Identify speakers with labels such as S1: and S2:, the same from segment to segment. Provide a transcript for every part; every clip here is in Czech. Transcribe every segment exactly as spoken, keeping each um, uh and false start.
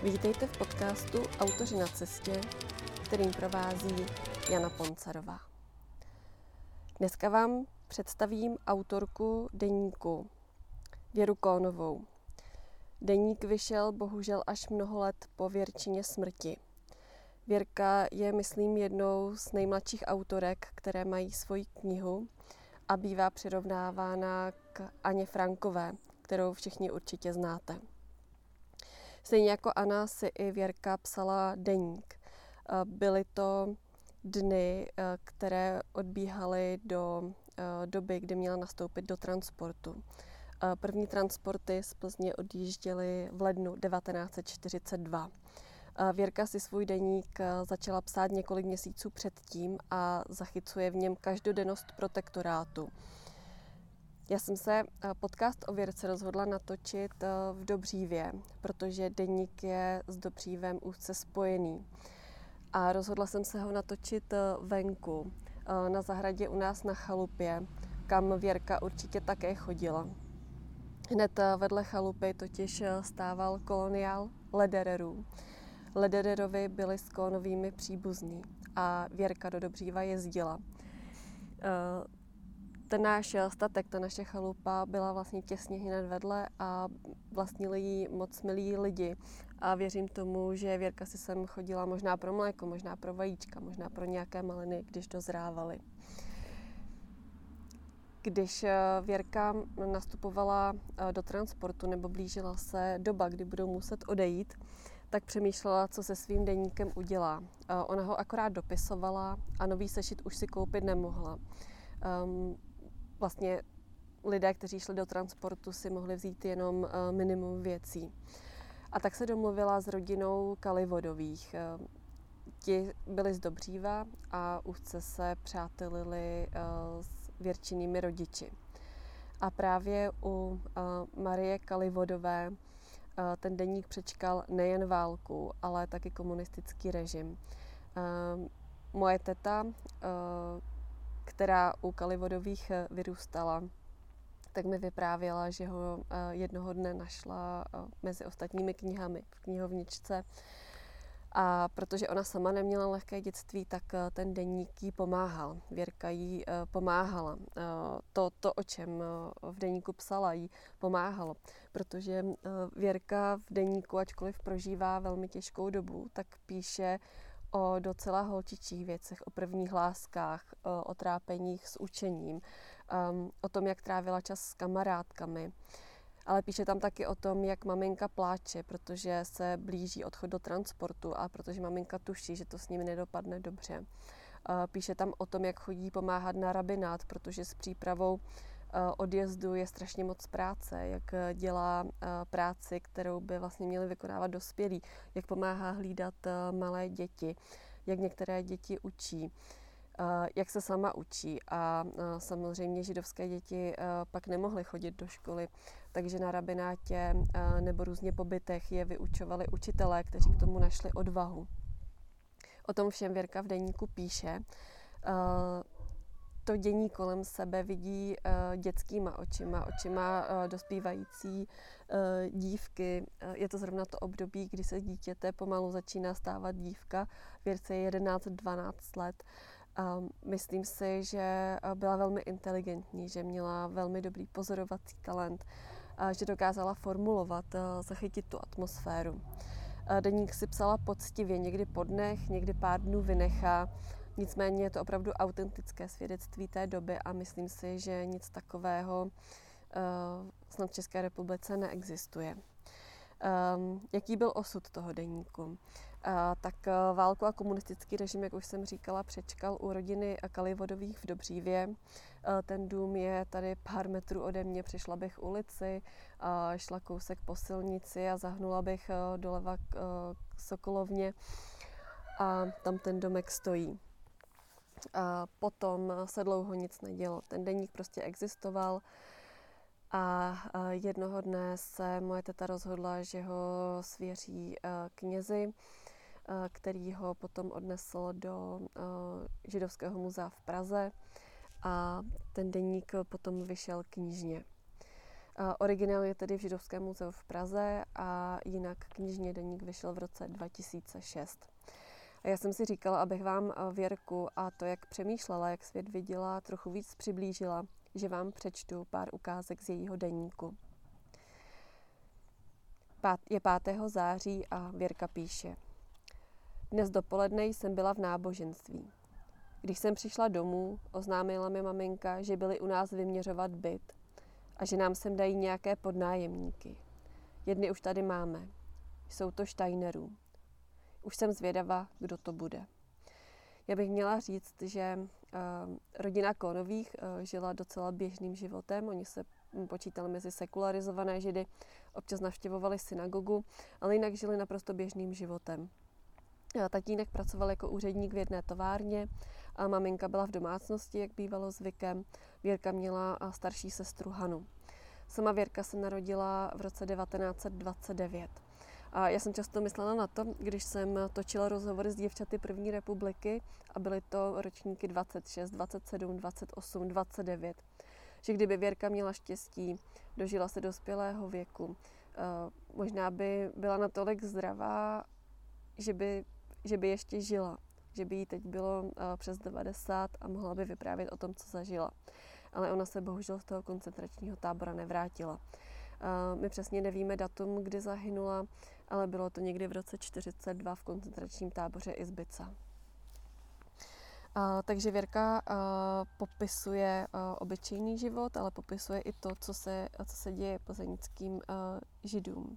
S1: Vítejte v podcastu Autoři na cestě, kterým provází Jana Poncarová. Dneska vám představím autorku deníku Věru Kohnovou. Deník vyšel bohužel až mnoho let po Věrčině smrti. Věrka je, myslím, jednou z nejmladších autorek, které mají svoji knihu a bývá přirovnávána k Aně Frankové, kterou všichni určitě znáte. Stejně jako Anna si i Věrka psala deník. Byly to dny, které odbíhaly do doby, kdy měla nastoupit do transportu. První transporty z Plzně odjížděly v lednu devatenáct set čtyřicet dva. Věrka si svůj deník začala psát několik měsíců předtím a zachycuje v něm každodennost protektorátu. Já jsem se podcast o Věrce rozhodla natočit v Dobřívě, protože deník je s Dobřívem úzce spojený. A rozhodla jsem se ho natočit venku, na zahradě u nás na chalupě, kam Věrka určitě také chodila. Hned vedle chalupy totiž stával koloniál Ledererů. Ledererovi byli s Kohnovými příbuzní a Věrka do Dobříva jezdila. Ten náš statek, ta naše chalupa byla vlastně těsně hned vedle a vlastnili ji moc milí lidi. A věřím tomu, že Věrka si sem chodila možná pro mléko, možná pro vajíčka, možná pro nějaké maliny, když dozrávaly. Když Věrka nastupovala do transportu nebo blížila se doba, kdy budou muset odejít, tak přemýšlela, co se svým deníkem udělá. Ona ho akorát dopisovala a nový sešit už si koupit nemohla. Um, Vlastně lidé, kteří šli do transportu, si mohli vzít jenom minimum věcí. A tak se domluvila s rodinou Kalivodových. Ti byli z Dobříva a úzce se přátelili s Věrčinými rodiči. A právě u Marie Kalivodové ten deník přečkal nejen válku, ale taky komunistický režim. Moje teta, která u Kalivodových vyrůstala, tak mi vyprávěla, že ho jednoho dne našla mezi ostatními knihami v knihovničce. A protože ona sama neměla lehké dětství, tak ten deník jí pomáhal. Věrka jí pomáhala. To, to, o čem v deníku psala, jí pomáhalo. Protože Věrka v deníku, ačkoliv prožívá velmi těžkou dobu, tak píše o docela holčičích věcech, o prvních láskách, o trápeních s učením, o tom, jak trávila čas s kamarádkami. Ale píše tam taky o tom, jak maminka pláče, protože se blíží odchod do transportu a protože maminka tuší, že to s nimi nedopadne dobře. Píše tam o tom, jak chodí pomáhat na rabinát, protože s přípravou odjezdu je strašně moc práce, jak dělá práci, kterou by vlastně měli vykonávat dospělí, jak pomáhá hlídat malé děti, jak některé děti učí, jak se sama učí. A samozřejmě židovské děti pak nemohly chodit do školy, takže na rabinátě nebo různě po bytech je vyučovali učitelé, kteří k tomu našli odvahu. O tom všem Věrka v deníku píše. To dění kolem sebe vidí uh, dětskýma očima, očima uh, dospívající uh, dívky. Uh, je to zrovna to období, kdy se dítěte pomalu začíná stávat dívka. Věrce je jedenáct dvanáct let. Um, myslím si, že byla velmi inteligentní, že měla velmi dobrý pozorovací talent, uh, že dokázala formulovat, uh, zachytit tu atmosféru. Uh, deník si psala poctivě, někdy po dnech, někdy pár dnů vynechá. Nicméně je to opravdu autentické svědectví té doby a myslím si, že nic takového uh, snad v České republice neexistuje. Um, jaký byl osud toho deníku? Uh, tak uh, válku a komunistický režim, jak už jsem říkala, přečkal u rodiny Kalivodových v Dobřívě. Uh, ten dům je tady pár metrů ode mě, přišla bych ulici, uh, šla kousek po silnici a zahnula bych uh, doleva k, uh, k Sokolovně a tam ten domek stojí. A potom se dlouho nic nedělo. Ten deník prostě existoval a jednoho dne se moje teta rozhodla, že ho svěří knězi, který ho potom odnesl do Židovského muzea v Praze a ten deník potom vyšel knižně. Originál je tedy v Židovském muzeu v Praze a jinak knižně deník vyšel v roce dva tisíce šest. A já jsem si říkala, abych vám Věrku a to, jak přemýšlela, jak svět viděla, trochu víc přiblížila, že vám přečtu pár ukázek z jejího deníku. Je pátého září a Věrka píše. Dnes dopoledne jsem byla v náboženství. Když jsem přišla domů, oznámila mi maminka, že byli u nás vyměřovat byt a že nám sem dají nějaké podnájemníky. Jedny už tady máme. Jsou to Steinerů. Už jsem zvědavá, kdo to bude. Já bych měla říct, že uh, rodina Kohnových uh, žila docela běžným životem. Oni se počítali mezi sekularizované Židy, občas navštěvovali synagogu, ale jinak žili naprosto běžným životem. Tatínek pracoval jako úředník v jedné továrně, a maminka byla v domácnosti, jak bývalo zvykem. Věrka měla starší sestru Hanu. Sama Věrka se narodila v roce devatenáct set dvacet devět. A já jsem často myslela na to, když jsem točila rozhovory s děvčaty první republiky a byly to ročníky dvacet šest, dvacet sedm, dvacet osm, dvacet devět, že kdyby Věrka měla štěstí, dožila se dospělého věku, možná by byla natolik zdravá, že by, že by ještě žila, že by jí teď bylo přes devadesát a mohla by vyprávět o tom, co zažila. Ale ona se bohužel z toho koncentračního tábora nevrátila. My přesně nevíme datum, kdy zahynula, ale bylo to někdy v roce čtyřicet dva v koncentračním táboře Izbica. A, takže Věrka a, popisuje a, obyčejný život, ale popisuje i to, co se, co se děje plzeňským a, židům.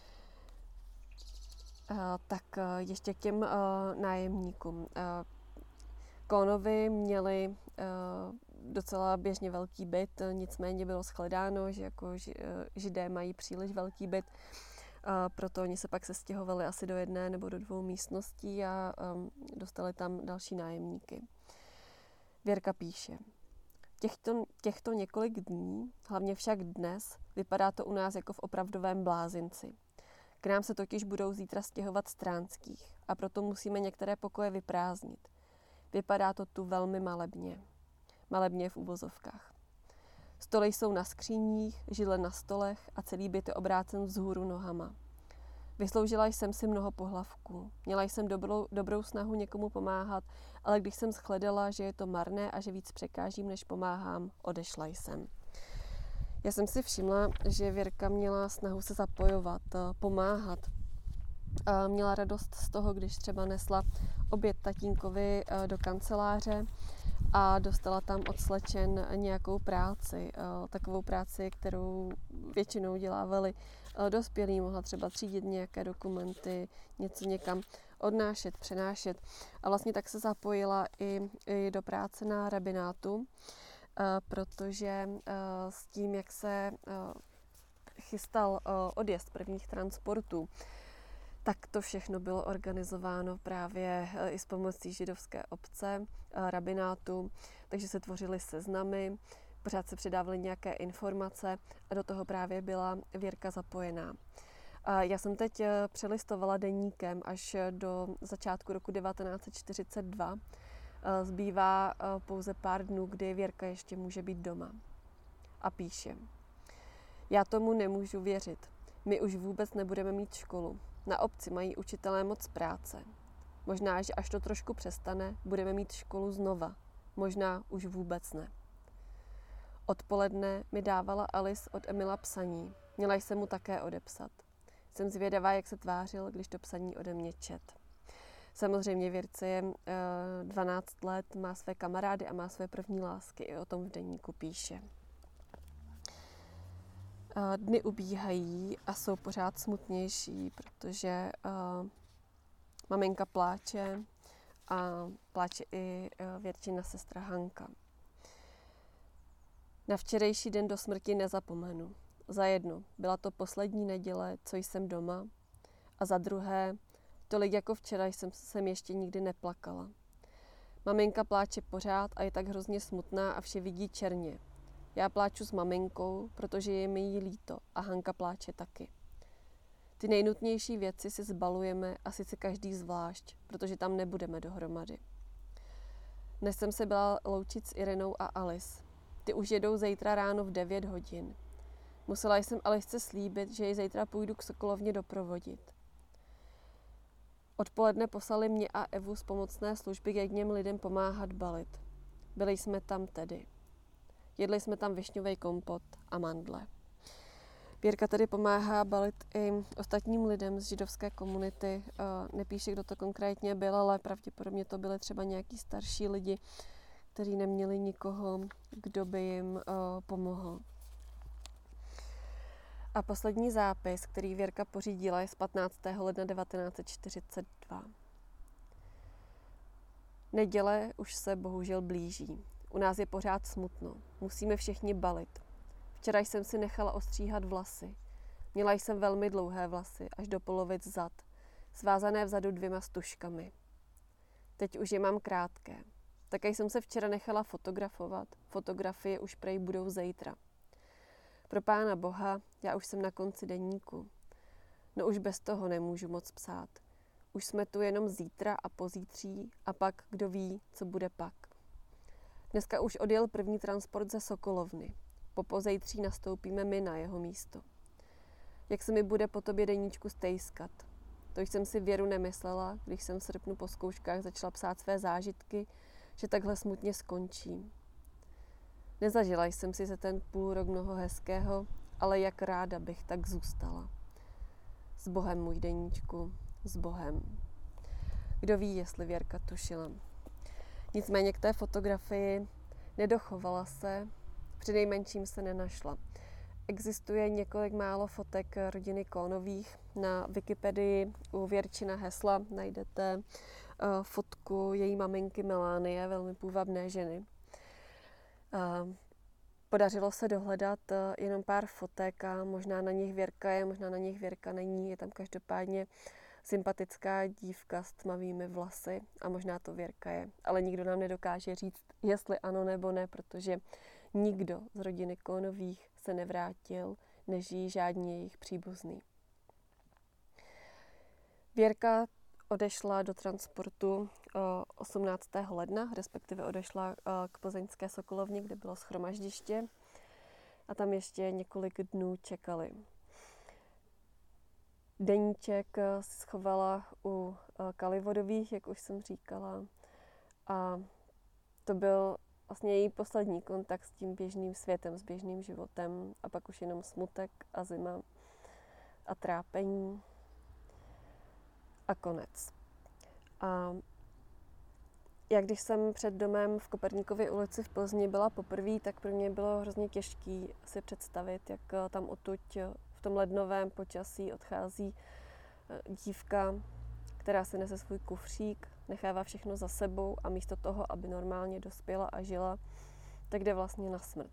S1: A, tak a, ještě k těm a, nájemníkům. A, Kohnovi měli a, docela běžně velký byt, nicméně bylo shledáno, že jako Židé mají příliš velký byt, a proto oni se pak sestěhovali asi do jedné nebo do dvou místností a um, dostali tam další nájemníky. Věrka píše. Těchto, těchto několik dní, hlavně však dnes, vypadá to u nás jako v opravdovém blázinci. K nám se totiž budou zítra stěhovat Stránských a proto musíme některé pokoje vyprázdnit. Vypadá to tu velmi malebně. Malebně v uvozovkách. Stoly jsou na skříních, židle na stolech a celý byt je obrácen vzhůru nohama. Vysloužila jsem si mnoho pohlavků. Měla jsem dobrou, dobrou snahu někomu pomáhat, ale když jsem shledala, že je to marné a že víc překážím, než pomáhám, odešla jsem. Já jsem si všimla, že Věrka měla snahu se zapojovat, pomáhat. A měla radost z toho, když třeba nesla oběd tatínkovi do kanceláře a dostala tam od slečen nějakou práci, takovou práci, kterou většinou dělávali dospělí, mohla třeba třídit nějaké dokumenty, něco někam odnášet, přenášet. A vlastně tak se zapojila i, i do práce na rabinátu, protože s tím, jak se chystal odjezd prvních transportů, tak to všechno bylo organizováno právě i s pomocí židovské obce, rabinátu, takže se tvořily seznamy, pořád se předávaly nějaké informace a do toho právě byla Věrka zapojená. Já jsem teď přelistovala deníkem až do začátku roku devatenáct set čtyřicet dva. Zbývá pouze pár dnů, kdy Věrka ještě může být doma. A píše. Já tomu nemůžu věřit. My už vůbec nebudeme mít školu. Na obci mají učitelé moc práce. Možná, že až to trošku přestane, budeme mít školu znova. Možná už vůbec ne. Odpoledne mi dávala Alice od Emila psaní. Měla jsem mu také odepsat. Jsem zvědavá, jak se tvářil, když to psaní ode mě čet. Samozřejmě Věrce je dvanáct let, má své kamarády a má své první lásky. I o tom v deníku píše. Dny ubíhají a jsou pořád smutnější, protože uh, maminka pláče a pláče i uh, Věrčina sestra Hanka. Na včerejší den do smrti nezapomenu. Za jedno, byla to poslední neděle, co jsem doma, a za druhé, tolik jako včera jsem, jsem ještě nikdy neplakala. Maminka pláče pořád a je tak hrozně smutná a vše vidí černě. Já pláču s maminkou, protože je mi jí líto a Hanka pláče taky. Ty nejnutnější věci si zbalujeme a sice každý zvlášť, protože tam nebudeme dohromady. Dnes jsem se byla loučit s Irenou a Alice. Ty už jedou zítra ráno v devět hodin. Musela jsem Elišce slíbit, že ji zítra půjdu k Sokolovně doprovodit. Odpoledne poslali mě a Evu z pomocné služby k jedním lidem pomáhat balit. Byli jsme tam tedy. Jedli jsme tam višňový kompot a mandle. Věrka tedy pomáhá balit i ostatním lidem z židovské komunity. Nepíše, kdo to konkrétně byl, ale pravděpodobně to byly třeba nějaký starší lidi, kteří neměli nikoho, kdo by jim pomohl. A poslední zápis, který Věrka pořídila, je z patnáctého ledna devatenáct set čtyřicet dva. Neděle už se bohužel blíží. U nás je pořád smutno. Musíme všichni balit. Včera jsem si nechala ostříhat vlasy. Měla jsem velmi dlouhé vlasy, až do polovic zad, svázané vzadu dvěma stužkami. Teď už je mám krátké. Také jsem se včera nechala fotografovat. Fotografie už prej budou zítra. Pro Pána Boha, já už jsem na konci deníku. No už bez toho nemůžu moc psát. Už jsme tu jenom zítra a pozítří a pak kdo ví, co bude pak. Dneska už odjel první transport ze Sokolovny. Po pozejtří nastoupíme my na jeho místo. Jak se mi bude po tobě deníčku stejskat? To jsem si věru nemyslela, když jsem v srpnu po zkouškách začala psát své zážitky, že takhle smutně skončím. Nezažila jsem si za ten půl rok mnoho hezkého, ale jak ráda bych tak zůstala. S Bohem, můj deníčku, s Bohem. Kdo ví, jestli Věrka tušila. Nicméně k té fotografii nedochovala se, přinejmenším se nenašla. Existuje několik málo fotek rodiny Kohnových. Na Wikipedii u Věrčina hesla najdete uh, fotku její maminky Melánie, velmi půvabné ženy. Uh, podařilo se dohledat uh, jenom pár fotek a možná na nich Věrka je, možná na nich Věrka není. Je tam každopádně sympatická dívka s tmavými vlasy a možná to Věrka je. Ale nikdo nám nedokáže říct, jestli ano nebo ne, protože nikdo z rodiny Kohnových se nevrátil, nežijí žádní jejich příbuzný. Věrka odešla do transportu osmnáctého ledna, respektive odešla k plzeňské Sokolovně, kde bylo shromaždiště a tam ještě několik dnů čekali. Deníček schovala u Kalivodových, jak už jsem říkala, a to byl vlastně její poslední kontakt s tím běžným světem, s běžným životem a pak už jenom smutek a zima a trápení a konec. A jak když jsem před domem v Koperníkově ulici v Plzni byla poprvé, tak pro mě bylo hrozně těžké si představit, jak tam odtud v tom lednovém počasí odchází dívka, která si nese svůj kufřík, nechává všechno za sebou a místo toho, aby normálně dospěla a žila, tak jde vlastně na smrt.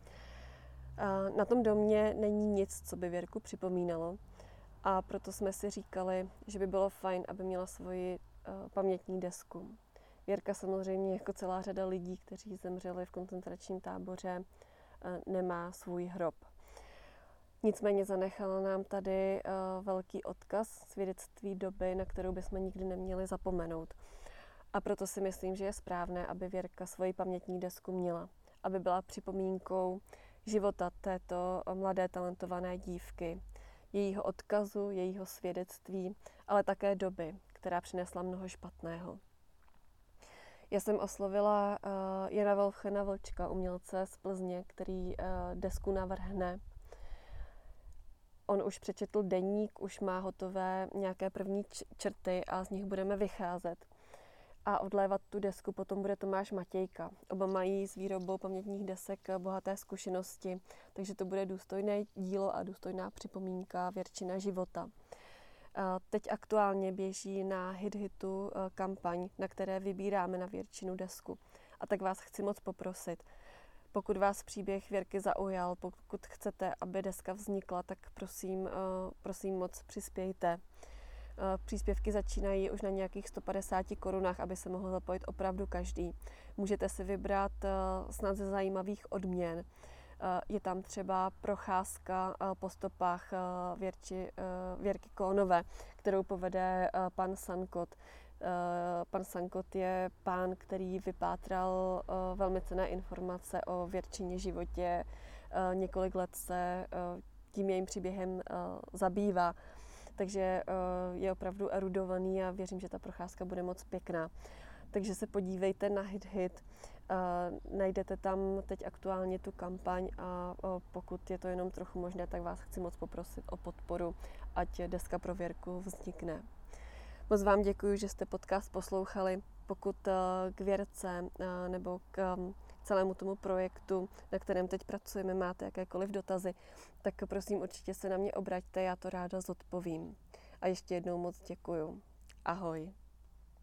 S1: A na tom domě není nic, co by Věrku připomínalo a proto jsme si říkali, že by bylo fajn, aby měla svoji uh, pamětní desku. Věrka samozřejmě jako celá řada lidí, kteří zemřeli v koncentračním táboře, uh, nemá svůj hrob. Nicméně zanechala nám tady uh, velký odkaz, svědectví doby, na kterou bychom nikdy neměli zapomenout. A proto si myslím, že je správné, aby Věrka svoji pamětní desku měla, aby byla připomínkou života této mladé talentované dívky, jejího odkazu, jejího svědectví, ale také doby, která přinesla mnoho špatného. Já jsem oslovila uh, Jana Wolfchena Vlčka, umělce z Plzně, který uh, desku navrhne. On už přečetl deník, už má hotové nějaké první črty a z nich budeme vycházet. A odlévat tu desku potom bude Tomáš Matějka. Oba mají s výrobou pamětních desek bohaté zkušenosti, takže to bude důstojné dílo a důstojná připomínka Věrčina života. Teď aktuálně běží na Hit Hitu kampaň, na které vybíráme na Věrčinu desku. A tak vás chci moc poprosit, pokud vás příběh Věrky zaujal, pokud chcete, aby deska vznikla, tak prosím, prosím moc přispějte. Příspěvky začínají už na nějakých sto padesáti korunách, aby se mohl zapojit opravdu každý. Můžete si vybrat snad ze zajímavých odměn. Je tam třeba procházka po stopách Věrči, Věrky Kohnové, kterou povede pan Sankot. Pan Sankot je pán, který vypátral velmi cenné informace o Věrčině životě několik let se tím jejím příběhem zabývá. Takže je opravdu erudovaný a věřím, že ta procházka bude moc pěkná. Takže se podívejte na HitHit. Najdete tam teď aktuálně tu kampaň a pokud je to jenom trochu možné, tak vás chci moc poprosit o podporu, ať deska pro Věrku vznikne. Moc vám děkuji, že jste podcast poslouchali. Pokud k Věrce nebo k celému tomu projektu, na kterém teď pracujeme, máte jakékoliv dotazy, tak prosím určitě se na mě obraťte, já to ráda zodpovím. A ještě jednou moc děkuju. Ahoj.